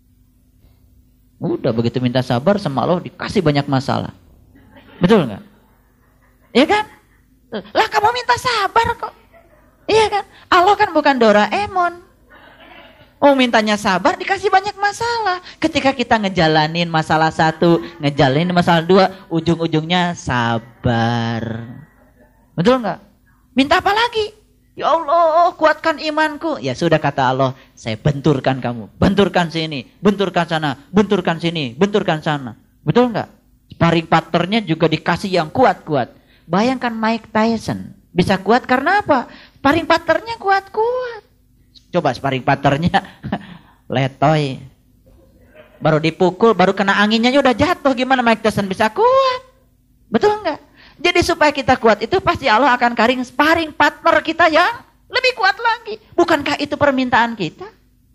Udah begitu minta sabar sama Allah dikasih banyak masalah. Betul nggak? Iya kan? Lah kamu minta sabar kok. Iya kan? Allah kan bukan Doraemon. Oh mintanya sabar dikasih banyak masalah. Ketika kita ngejalanin masalah satu, ngejalanin masalah dua, ujung-ujungnya sabar. Betul nggak? Minta apa lagi? Ya Allah kuatkan imanku. Ya sudah kata Allah, saya benturkan kamu. Benturkan sini, benturkan sana, benturkan sini, benturkan sana. Betul nggak? Sparring partnernya juga dikasih yang kuat-kuat. Bayangkan Mike Tyson. Bisa kuat karena apa? Sparring partnernya kuat-kuat. Coba sparring partnernya letoy. Baru dipukul, baru kena anginnya udah jatuh. Gimana Mike Tyson bisa kuat? Betul nggak? Jadi supaya kita kuat itu pasti Allah akan karing sparring partner kita yang lebih kuat lagi. Bukankah itu permintaan kita?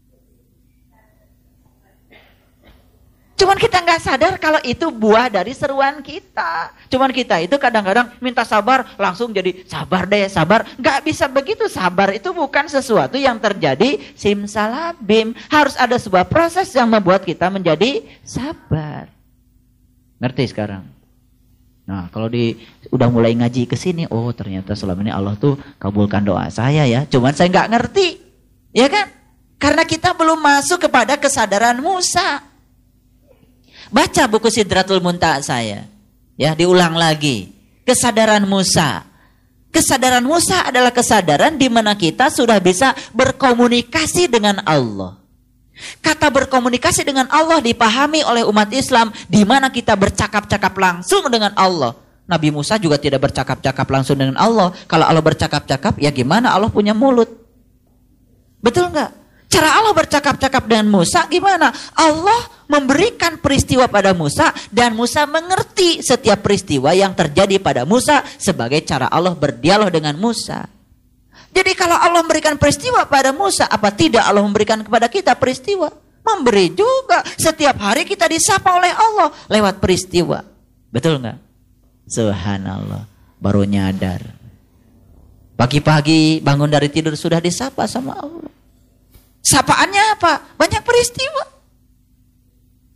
Cuman kita nggak sadar kalau itu buah dari seruan kita. Cuman kita itu kadang-kadang minta sabar langsung jadi sabar deh sabar. Nggak bisa begitu. Sabar itu bukan sesuatu yang terjadi simsalabim. Harus ada sebuah proses yang membuat kita menjadi sabar. Ngerti sekarang? Nah kalau di udah mulai ngaji ke sini, oh ternyata selama ini Allah tuh kabulkan doa saya ya. Cuman saya nggak ngerti, ya kan? Karena kita belum masuk kepada kesadaran Musa. Baca buku Sidratul Muntaha saya. Ya, diulang lagi. Kesadaran Musa. Kesadaran Musa adalah kesadaran di mana kita sudah bisa berkomunikasi dengan Allah. Kata berkomunikasi dengan Allah dipahami oleh umat Islam di mana kita bercakap-cakap langsung dengan Allah. Nabi Musa juga tidak bercakap-cakap langsung dengan Allah. Kalau Allah bercakap-cakap, ya gimana Allah punya mulut? Betul nggak? Cara Allah bercakap-cakap dengan Musa gimana? Allah memberikan peristiwa pada Musa dan Musa mengerti setiap peristiwa yang terjadi pada Musa sebagai cara Allah berdialog dengan Musa. Jadi kalau Allah memberikan peristiwa pada Musa, apa tidak Allah memberikan kepada kita peristiwa? Memberi juga. Setiap hari kita disapa oleh Allah lewat peristiwa. Betul nggak? Subhanallah. Baru nyadar. Pagi-pagi bangun dari tidur sudah disapa sama Allah. Sapaannya apa? Banyak peristiwa.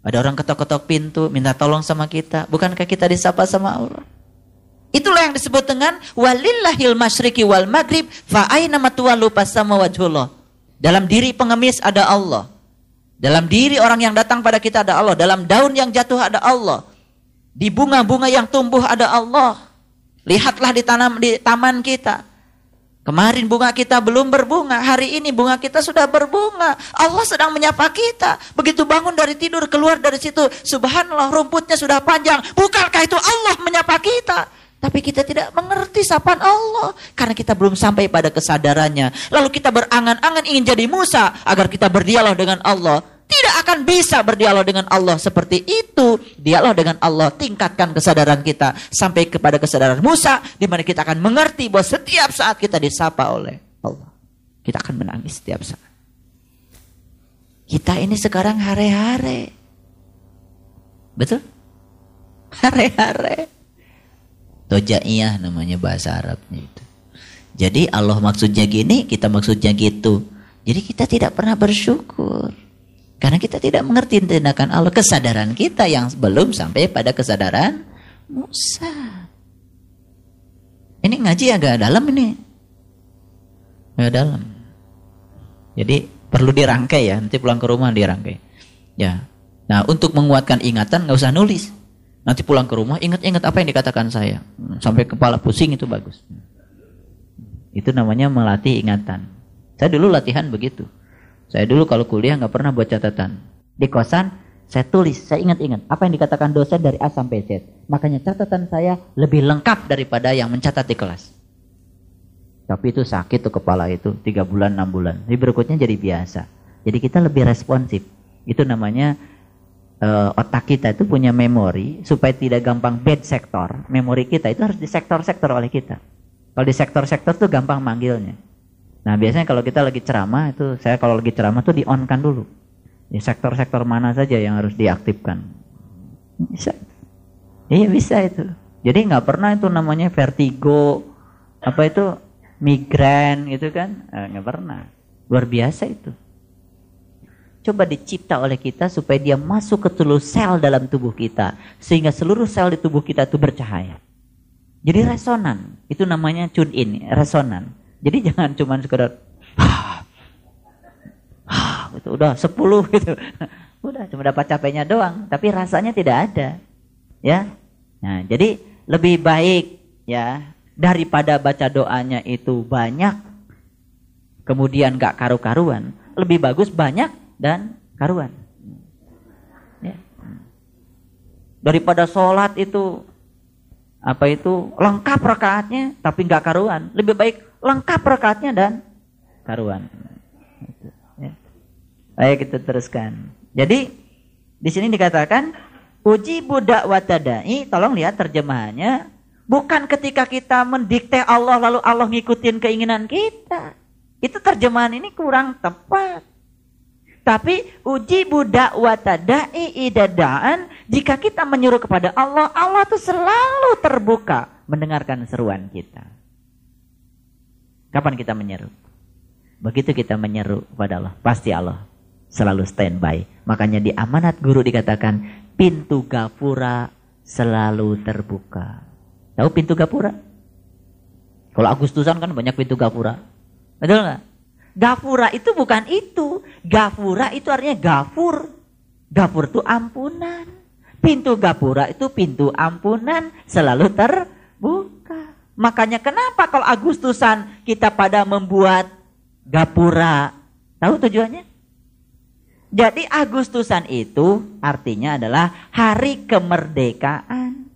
Ada orang ketok-ketok pintu, minta tolong sama kita. Bukankah kita disapa sama Allah? Itulah yang disebut dengan walillahil masyriqi wal maghrib fa aina matuwallu fasama wajhullah. Dalam diri pengemis ada Allah. Dalam diri orang yang datang pada kita ada Allah. Dalam daun yang jatuh ada Allah. Di bunga-bunga yang tumbuh ada Allah. Lihatlah di tanam di taman kita. Kemarin bunga kita belum berbunga, hari ini bunga kita sudah berbunga. Allah sedang menyapa kita. Begitu bangun dari tidur, keluar dari situ, subhanallah rumputnya sudah panjang. Bukankah itu Allah menyapa kita? Tapi kita tidak mengerti sapaan Allah. Karena kita belum sampai pada kesadarannya. Lalu kita berangan-angan ingin jadi Musa agar kita berdialog dengan Allah. Tidak akan bisa berdialog dengan Allah seperti itu. Dialog dengan Allah, tingkatkan kesadaran kita sampai kepada kesadaran Musa, di mana kita akan mengerti bahwa setiap saat kita disapa oleh Allah, kita akan menangis setiap saat. Kita ini sekarang hare-hare. Betul? Hare-hare. Tojaiyah namanya bahasa Arabnya itu. Jadi Allah maksudnya gini, kita maksudnya gitu. Jadi kita tidak pernah bersyukur. Karena kita tidak mengerti tindakan Allah. Kesadaran kita yang belum sampai pada kesadaran Musa. Ini ngaji agak dalam ini. Agak dalam. Jadi perlu dirangkai ya. Nanti pulang ke rumah dirangkai. Ya. Nah, untuk menguatkan ingatan nggak usah nulis. Nanti pulang ke rumah ingat-ingat apa yang dikatakan saya. Sampai kepala pusing itu bagus. Itu namanya melatih ingatan. Saya dulu latihan begitu. Saya dulu kalau kuliah nggak pernah buat catatan. Di kosan saya tulis, saya ingat-ingat apa yang dikatakan dosen dari A sampai Z. Makanya catatan saya lebih lengkap daripada yang mencatat di kelas. Tapi itu sakit tuh kepala itu, tiga bulan, enam bulan. Tapi berikutnya jadi biasa. Jadi kita lebih responsif. Itu namanya uh, otak kita itu punya memori supaya tidak gampang bad sektor. Memori kita itu harus di sektor-sektor oleh kita. Kalau di sektor-sektor tuh gampang manggilnya. Nah biasanya kalau kita lagi ceramah itu, saya kalau lagi ceramah tuh di-on-kan dulu. Di sektor-sektor mana saja yang harus diaktifkan. Bisa. Iya bisa itu. Jadi nggak pernah itu namanya vertigo, apa itu migran gitu kan? Eh, nggak pernah. Luar biasa itu. Coba dicipta oleh kita supaya dia masuk ke seluruh sel dalam tubuh kita. Sehingga seluruh sel di tubuh kita itu bercahaya. Jadi resonan. Itu namanya tune in, resonan. Jadi jangan cuma sekedar ah, ah, gitu, udah sepuluh gitu. Udah cuma dapat capeknya doang, tapi rasanya tidak ada. Ya. Nah, jadi lebih baik ya daripada baca doanya itu banyak kemudian gak karu-karuan, lebih bagus banyak dan karuan. Ya. Daripada sholat itu apa itu lengkap rakaatnya tapi gak karuan, lebih baik lengkap rakaatnya dan karuan. Ya. Ayo kita teruskan. Jadi di sini dikatakan uji budak watadai. Tolong lihat terjemahannya. Bukan ketika kita mendikte Allah lalu Allah ngikutin keinginan kita. Itu terjemahan ini kurang tepat. Tapi uji budak watadai idadaan. Jika kita menyuruh kepada Allah, Allah itu selalu terbuka mendengarkan seruan kita. Kapan kita menyeru? Begitu kita menyeru kepada Allah, pasti Allah selalu standby. Makanya di amanat guru dikatakan pintu gapura selalu terbuka. Tahu pintu gapura? Kalau Agustusan kan banyak pintu gapura. Betul nggak? Gapura itu bukan itu. Gapura itu artinya gafur. Gafur itu ampunan. Pintu gapura itu pintu ampunan selalu terbuka. Makanya kenapa kalau Agustusan kita pada membuat gapura? Tahu tujuannya? Jadi Agustusan itu artinya adalah hari kemerdekaan.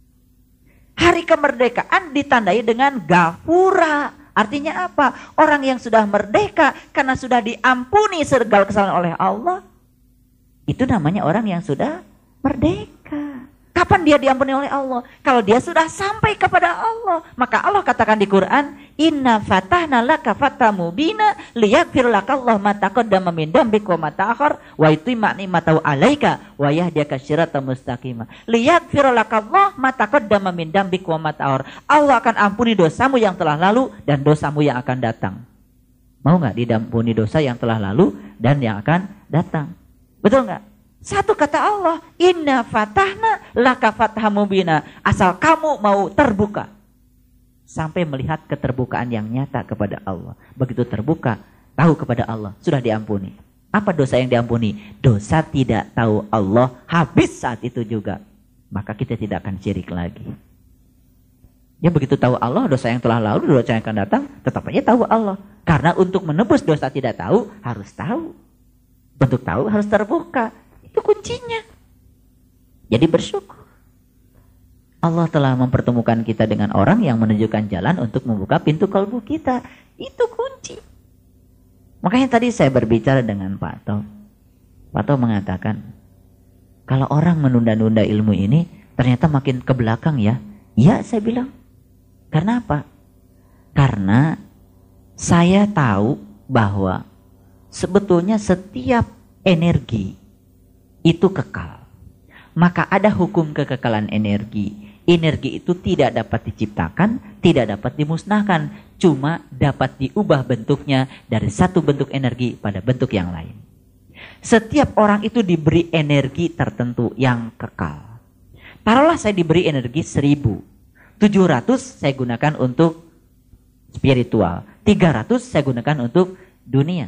Hari kemerdekaan ditandai dengan gapura. Artinya apa? Orang yang sudah merdeka karena sudah diampuni segala kesalahan oleh Allah. Itu namanya orang yang sudah merdeka. Kapan dia diampuni oleh Allah? Kalau dia sudah sampai kepada Allah. Maka Allah katakan di Quran, Inna fatahna laka fatah mubina liyaghfir lakallahu ma taqaddama min dambika wa ma ta'akhkhar wa yutimma ni'matahu 'alaika wa yahdiyaka siratan mustaqima. Liyaghfir lakallahu ma taqaddama min dambika wa ma ta'akhkhar. Allah akan ampuni dosamu yang telah lalu dan dosamu yang akan datang. Mau enggak diampuni dosa yang telah lalu dan yang akan datang? Betul enggak? Satu kata Allah, inna fatahna laka fathah mubina. Asal kamu mau terbuka. Sampai melihat keterbukaan yang nyata kepada Allah. Begitu terbuka, tahu kepada Allah, sudah diampuni. Apa dosa yang diampuni? Dosa tidak tahu Allah, habis saat itu juga. Maka kita tidak akan syirik lagi. Ya begitu tahu Allah, dosa yang telah lalu, dosa yang akan datang, tetap aja tahu Allah. Karena untuk menebus dosa tidak tahu, harus tahu. Untuk tahu harus terbuka. Itu kuncinya. Jadi bersyukur. Allah telah mempertemukan kita dengan orang yang menunjukkan jalan untuk membuka pintu kalbu kita. Itu kunci. Makanya tadi saya berbicara dengan Pak Toh. Pak Toh mengatakan, kalau orang menunda-nunda ilmu ini, ternyata makin ke belakang ya. Iya, saya bilang. Karena apa? Karena saya tahu bahwa sebetulnya setiap energi itu kekal. Maka ada hukum kekekalan energi. Energi itu tidak dapat diciptakan, tidak dapat dimusnahkan. Cuma dapat diubah bentuknya dari satu bentuk energi pada bentuk yang lain. Setiap orang itu diberi energi tertentu yang kekal. Taruhlah saya diberi energi seribu. tujuh ratus saya gunakan untuk spiritual. tiga ratus saya gunakan untuk dunia.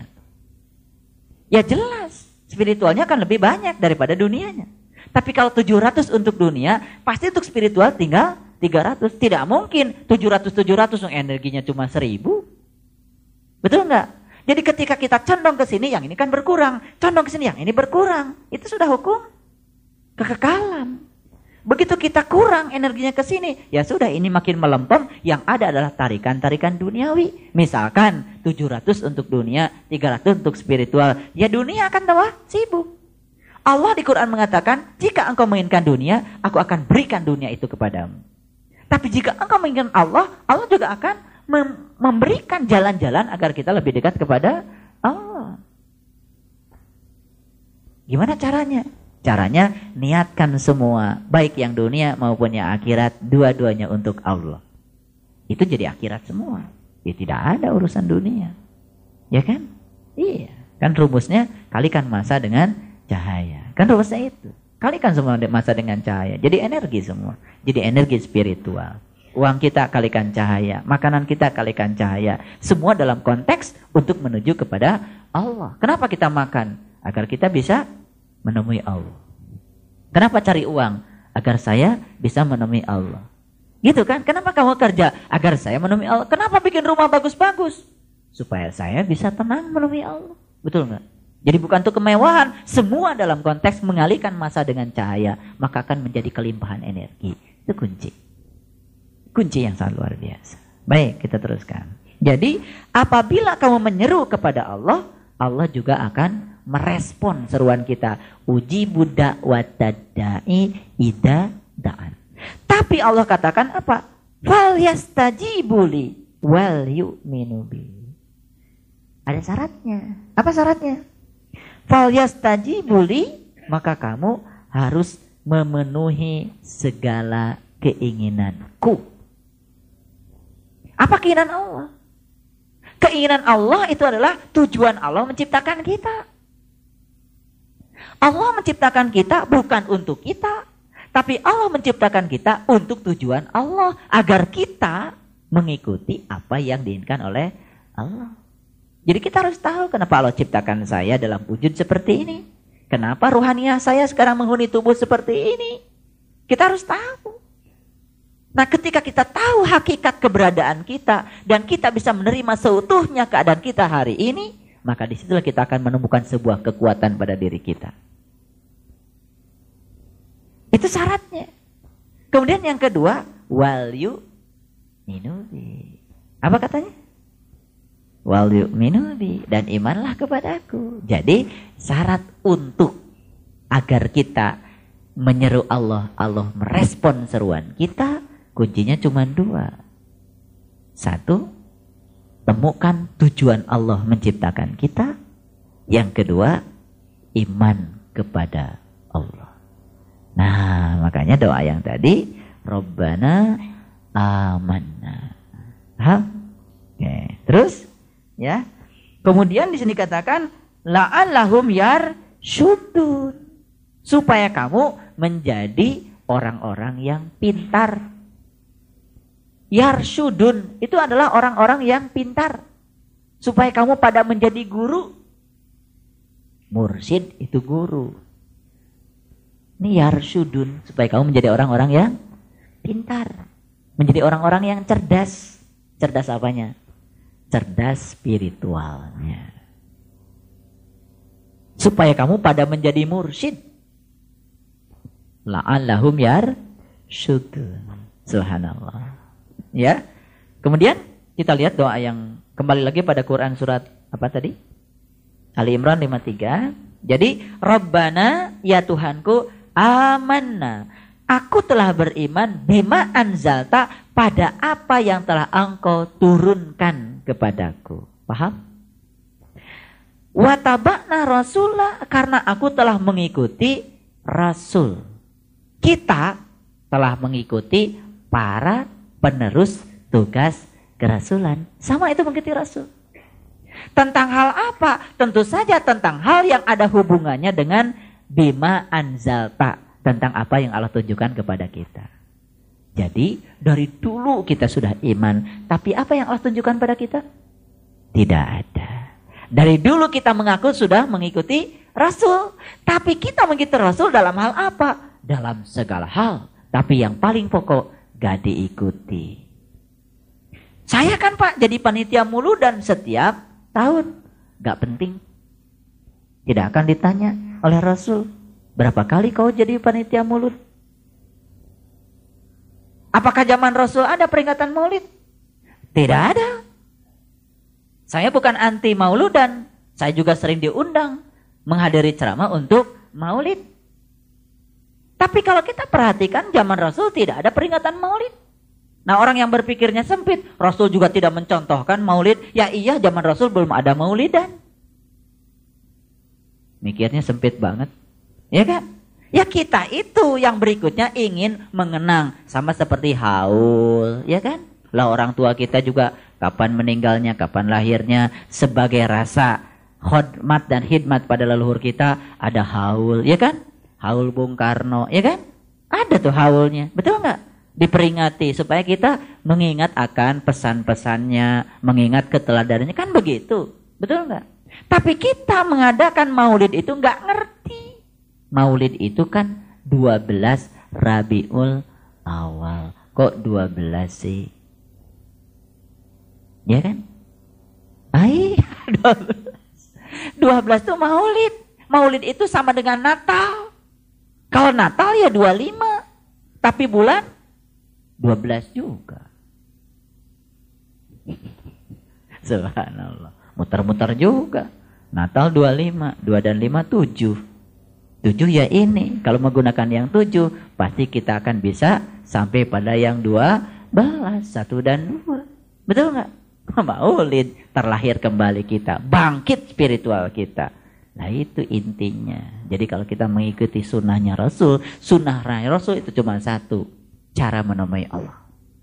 Ya jelas. Spiritualnya kan lebih banyak daripada dunianya. Tapi kalau tujuh ratus untuk dunia, pasti untuk spiritual tinggal tiga ratus. Tidak mungkin tujuh ratus tujuh ratus yang energinya cuma seribu. Betul nggak? Jadi ketika kita condong ke sini, yang ini kan berkurang. Condong ke sini, yang ini berkurang. Itu sudah hukum kekekalan. Begitu kita kurang energinya ke sini, ya sudah ini makin melempem, yang ada adalah tarikan-tarikan duniawi. Misalkan tujuh ratus untuk dunia, tiga ratus untuk spiritual. Ya dunia akan tambah sibuk. Allah di Quran mengatakan, jika engkau menginginkan dunia, aku akan berikan dunia itu kepadamu. Tapi jika engkau menginginkan Allah, Allah juga akan mem- memberikan jalan-jalan agar kita lebih dekat kepada Allah. Gimana caranya? Caranya niatkan semua, baik yang dunia maupun yang akhirat, dua-duanya untuk Allah. Itu jadi akhirat semua. Ya tidak ada urusan dunia. Ya kan? Iya. Kan rumusnya kalikan masa dengan cahaya. Kan rumusnya itu. Kalikan semua masa dengan cahaya. Jadi energi semua. Jadi energi spiritual. Uang kita kalikan cahaya. Makanan kita kalikan cahaya. Semua dalam konteks untuk menuju kepada Allah. Kenapa kita makan? Agar kita bisa menemui Allah. Kenapa cari uang? Agar saya bisa menemui Allah. Gitu kan? Kenapa kamu kerja? Agar saya menemui Allah. Kenapa bikin rumah bagus-bagus? Supaya saya bisa tenang menemui Allah. Betul nggak? Jadi bukan untuk kemewahan. Semua dalam konteks mengalihkan masa dengan cahaya. Maka akan menjadi kelimpahan energi. Itu kunci. Kunci yang sangat luar biasa. Baik, kita teruskan. Jadi apabila kamu menyeru kepada Allah, Allah juga akan merespon seruan kita. Uji budak watadai ida da'an. Tapi Allah katakan apa? Fal yastajibuli wal yu'minu bi. Ada syaratnya. Apa syaratnya? Fal yastajibuli, maka kamu harus memenuhi segala keinginanku. Apa keinginan Allah? Keinginan Allah itu adalah tujuan Allah menciptakan kita. Allah menciptakan kita bukan untuk kita, tapi Allah menciptakan kita untuk tujuan Allah, agar kita mengikuti apa yang diinginkan oleh Allah. Jadi kita harus tahu kenapa Allah ciptakan saya dalam wujud seperti ini. Kenapa ruhaniah saya sekarang menghuni tubuh seperti ini. Kita harus tahu. Nah ketika kita tahu hakikat keberadaan kita dan kita bisa menerima seutuhnya keadaan kita hari ini, maka disitulah kita akan menemukan sebuah kekuatan pada diri kita. Itu syaratnya. Kemudian yang kedua, wal yu'minu bi. Apa katanya? Wal yu'minu bi, dan imanlah kepadaku. Jadi syarat untuk agar kita menyeru Allah, Allah merespon seruan kita, kuncinya cuma dua. Satu, temukan tujuan Allah menciptakan kita. Yang kedua, iman kepada Allah. Nah, makanya doa yang tadi, Rabbana amanna. Paham? Oke, terus ya. Kemudian di sini katakan la'allahum yarsyudun. supaya kamu menjadi orang-orang yang pintar. Yarsyudun itu adalah orang-orang yang pintar. Supaya kamu pada menjadi guru. Mursyid itu guru. Ini yarsyudun supaya kamu menjadi orang-orang yang pintar. Menjadi orang-orang yang cerdas. Cerdas apanya? Cerdas spiritualnya. Supaya kamu pada menjadi mursyid. La'allahum yarsyudun. Subhanallah. Ya. Kemudian kita lihat doa yang kembali lagi pada Quran surat apa tadi? Ali Imran lima puluh tiga. Jadi, Rabbana ya Tuhanku, amanna. Aku telah beriman bima anzalta pada apa yang telah Engkau turunkan kepadaku. Paham? Wa taba'na rasulah, karena aku telah mengikuti rasul. Kita telah mengikuti para penerus tugas kerasulan. Sama itu mengikuti rasul. Tentang hal apa? Tentu saja tentang hal yang ada hubungannya dengan bima anzalta. Tentang apa yang Allah tunjukkan kepada kita. Jadi dari dulu kita sudah iman. Tapi apa yang Allah tunjukkan pada kita? Tidak ada. Dari dulu kita mengaku sudah mengikuti rasul. Tapi kita mengikuti rasul dalam hal apa? Dalam segala hal. Tapi yang paling pokok gak diikuti. Saya kan Pak jadi panitia mulu dan setiap tahun. Gak penting. Tidak akan ditanya oleh Rasul. Berapa kali kau jadi panitia maulid? Apakah zaman Rasul ada peringatan maulid? Tidak ada. Saya bukan anti maulid dan saya juga sering diundang menghadiri ceramah untuk maulid. Tapi kalau kita perhatikan zaman Rasul tidak ada peringatan maulid. Nah orang yang berpikirnya sempit, Rasul juga tidak mencontohkan maulid. Ya iya zaman Rasul belum ada maulidan. Mikirnya sempit banget. Ya kan? Ya kita itu yang berikutnya ingin mengenang. Sama seperti haul. Ya kan? Lah orang tua kita juga kapan meninggalnya, kapan lahirnya. Sebagai rasa hormat dan khidmat pada leluhur kita ada haul. Ya kan? Haul Bung Karno. Ya kan? Ada tuh haulnya. Betul nggak? Diperingati supaya kita mengingat akan pesan-pesannya, mengingat keteladanannya, kan begitu, betul nggak? Tapi kita mengadakan maulid itu nggak ngerti. Maulid itu kan dua belas Rabiul Awal. Kok dua belas sih? Ya kan? Ay, dua belas. dua belas itu maulid. Maulid itu sama dengan Natal. Kalau Natal ya dua puluh lima. Tapi bulan dua belas juga. Subhanallah. Muter-muter juga. Natal dua puluh lima. dua dan lima, tujuh. tujuh ya ini. Kalau menggunakan yang tujuh, pasti kita akan bisa sampai pada yang dua belas. satu dan dua. Betul nggak? Maulid. Terlahir kembali kita. Bangkit spiritual kita. Nah itu intinya. Jadi kalau kita mengikuti sunnahnya Rasul. Sunnah Rasul itu cuma satu. Cara menemui Allah.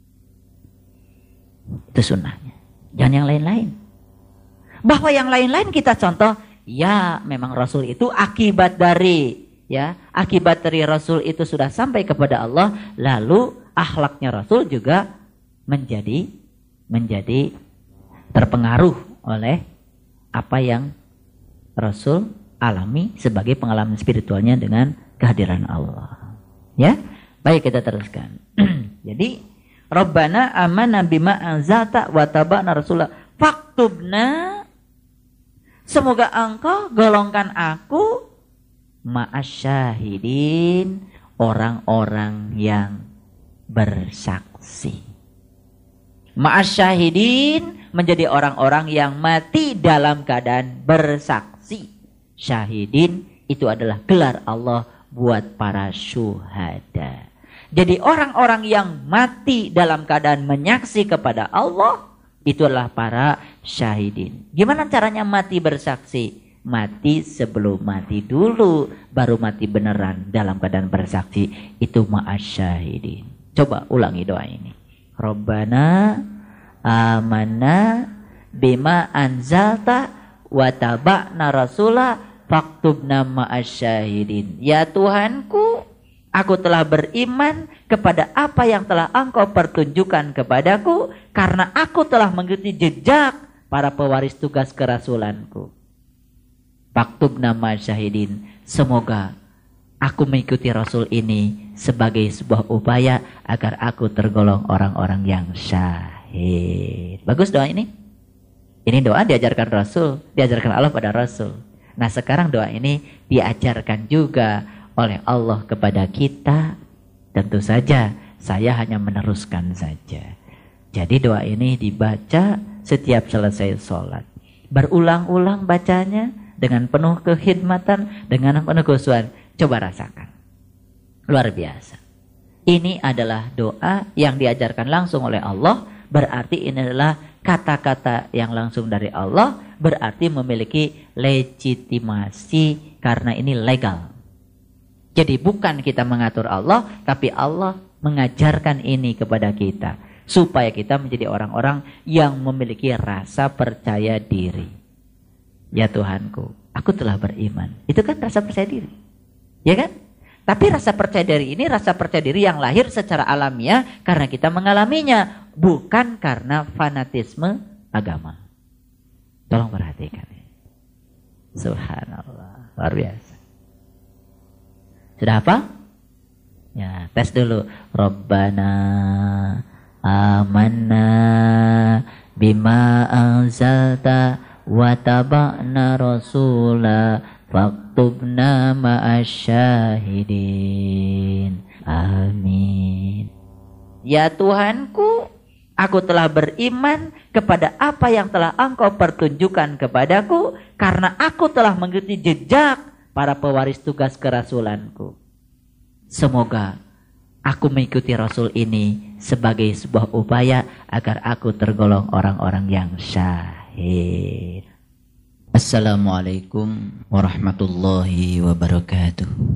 Itu sunnahnya. Jangan yang lain-lain. Bahwa yang lain-lain kita contoh. Ya memang Rasul itu akibat dari. Ya akibat dari Rasul itu sudah sampai kepada Allah. Lalu akhlaknya Rasul juga menjadi. Menjadi terpengaruh oleh apa yang Rasul alami sebagai pengalaman spiritualnya dengan kehadiran Allah. Ya. Baik kita teruskan. Jadi Rabbana amanna bima anzalta wa taba'na rasulah faktubna, semoga engkau golongkan aku ma'asyahidin, orang-orang yang bersaksi. Ma'asyahidin menjadi orang-orang yang mati dalam keadaan bersaksi. Syahidin itu adalah gelar Allah buat para syuhada. Jadi orang-orang yang mati dalam keadaan menyaksi kepada Allah, itu adalah para syahidin. Gimana caranya mati bersaksi? Mati sebelum mati dulu, baru mati beneran dalam keadaan bersaksi. Itu ma'asyahidin. Coba ulangi doa ini. Rabbana amanna bima anzalta wa taba'na rasulah faktubna ma'asyahidin. Ya Tuhanku, aku telah beriman kepada apa yang telah Engkau pertunjukkan kepadaku, karena aku telah mengikuti jejak para pewaris tugas kerasulanku. Faktubna ma'asyahidin. Semoga aku mengikuti Rasul ini sebagai sebuah upaya agar aku tergolong orang-orang yang syahid. Bagus doa ini? Ini doa diajarkan Rasul, diajarkan Allah pada Rasul. Nah sekarang doa ini diajarkan juga oleh Allah kepada kita. Tentu saja saya hanya meneruskan saja. Jadi doa ini dibaca setiap selesai sholat. Berulang-ulang bacanya dengan penuh kekhidmatan, dengan penuh khusyuan. Coba rasakan. Luar biasa. Ini adalah doa yang diajarkan langsung oleh Allah. Berarti ini adalah kata-kata yang langsung dari Allah. Berarti memiliki legitimasi karena ini legal. Jadi bukan kita mengatur Allah, tapi Allah mengajarkan ini kepada kita. Supaya kita menjadi orang-orang yang memiliki rasa percaya diri. Ya Tuhanku, aku telah beriman. Itu kan rasa percaya diri. Ya kan? Tapi rasa percaya diri ini rasa percaya diri yang lahir secara alamiah karena kita mengalaminya. Bukan karena fanatisme agama. Tolong perhatikan. Subhanallah. Luar biasa. Sudah apa? Ya, tes dulu. Rabbana amanna bima anzalta wa taba'na rasula faktubna ma'asyahidin. Amin. Ya Tuhanku, aku telah beriman kepada apa yang telah Engkau pertunjukkan kepadaku, karena aku telah mengikuti jejak para pewaris tugas kerasulanku. Semoga aku mengikuti Rasul ini sebagai sebuah upaya agar aku tergolong orang-orang yang syahid. Assalamualaikum warahmatullahi wabarakatuh.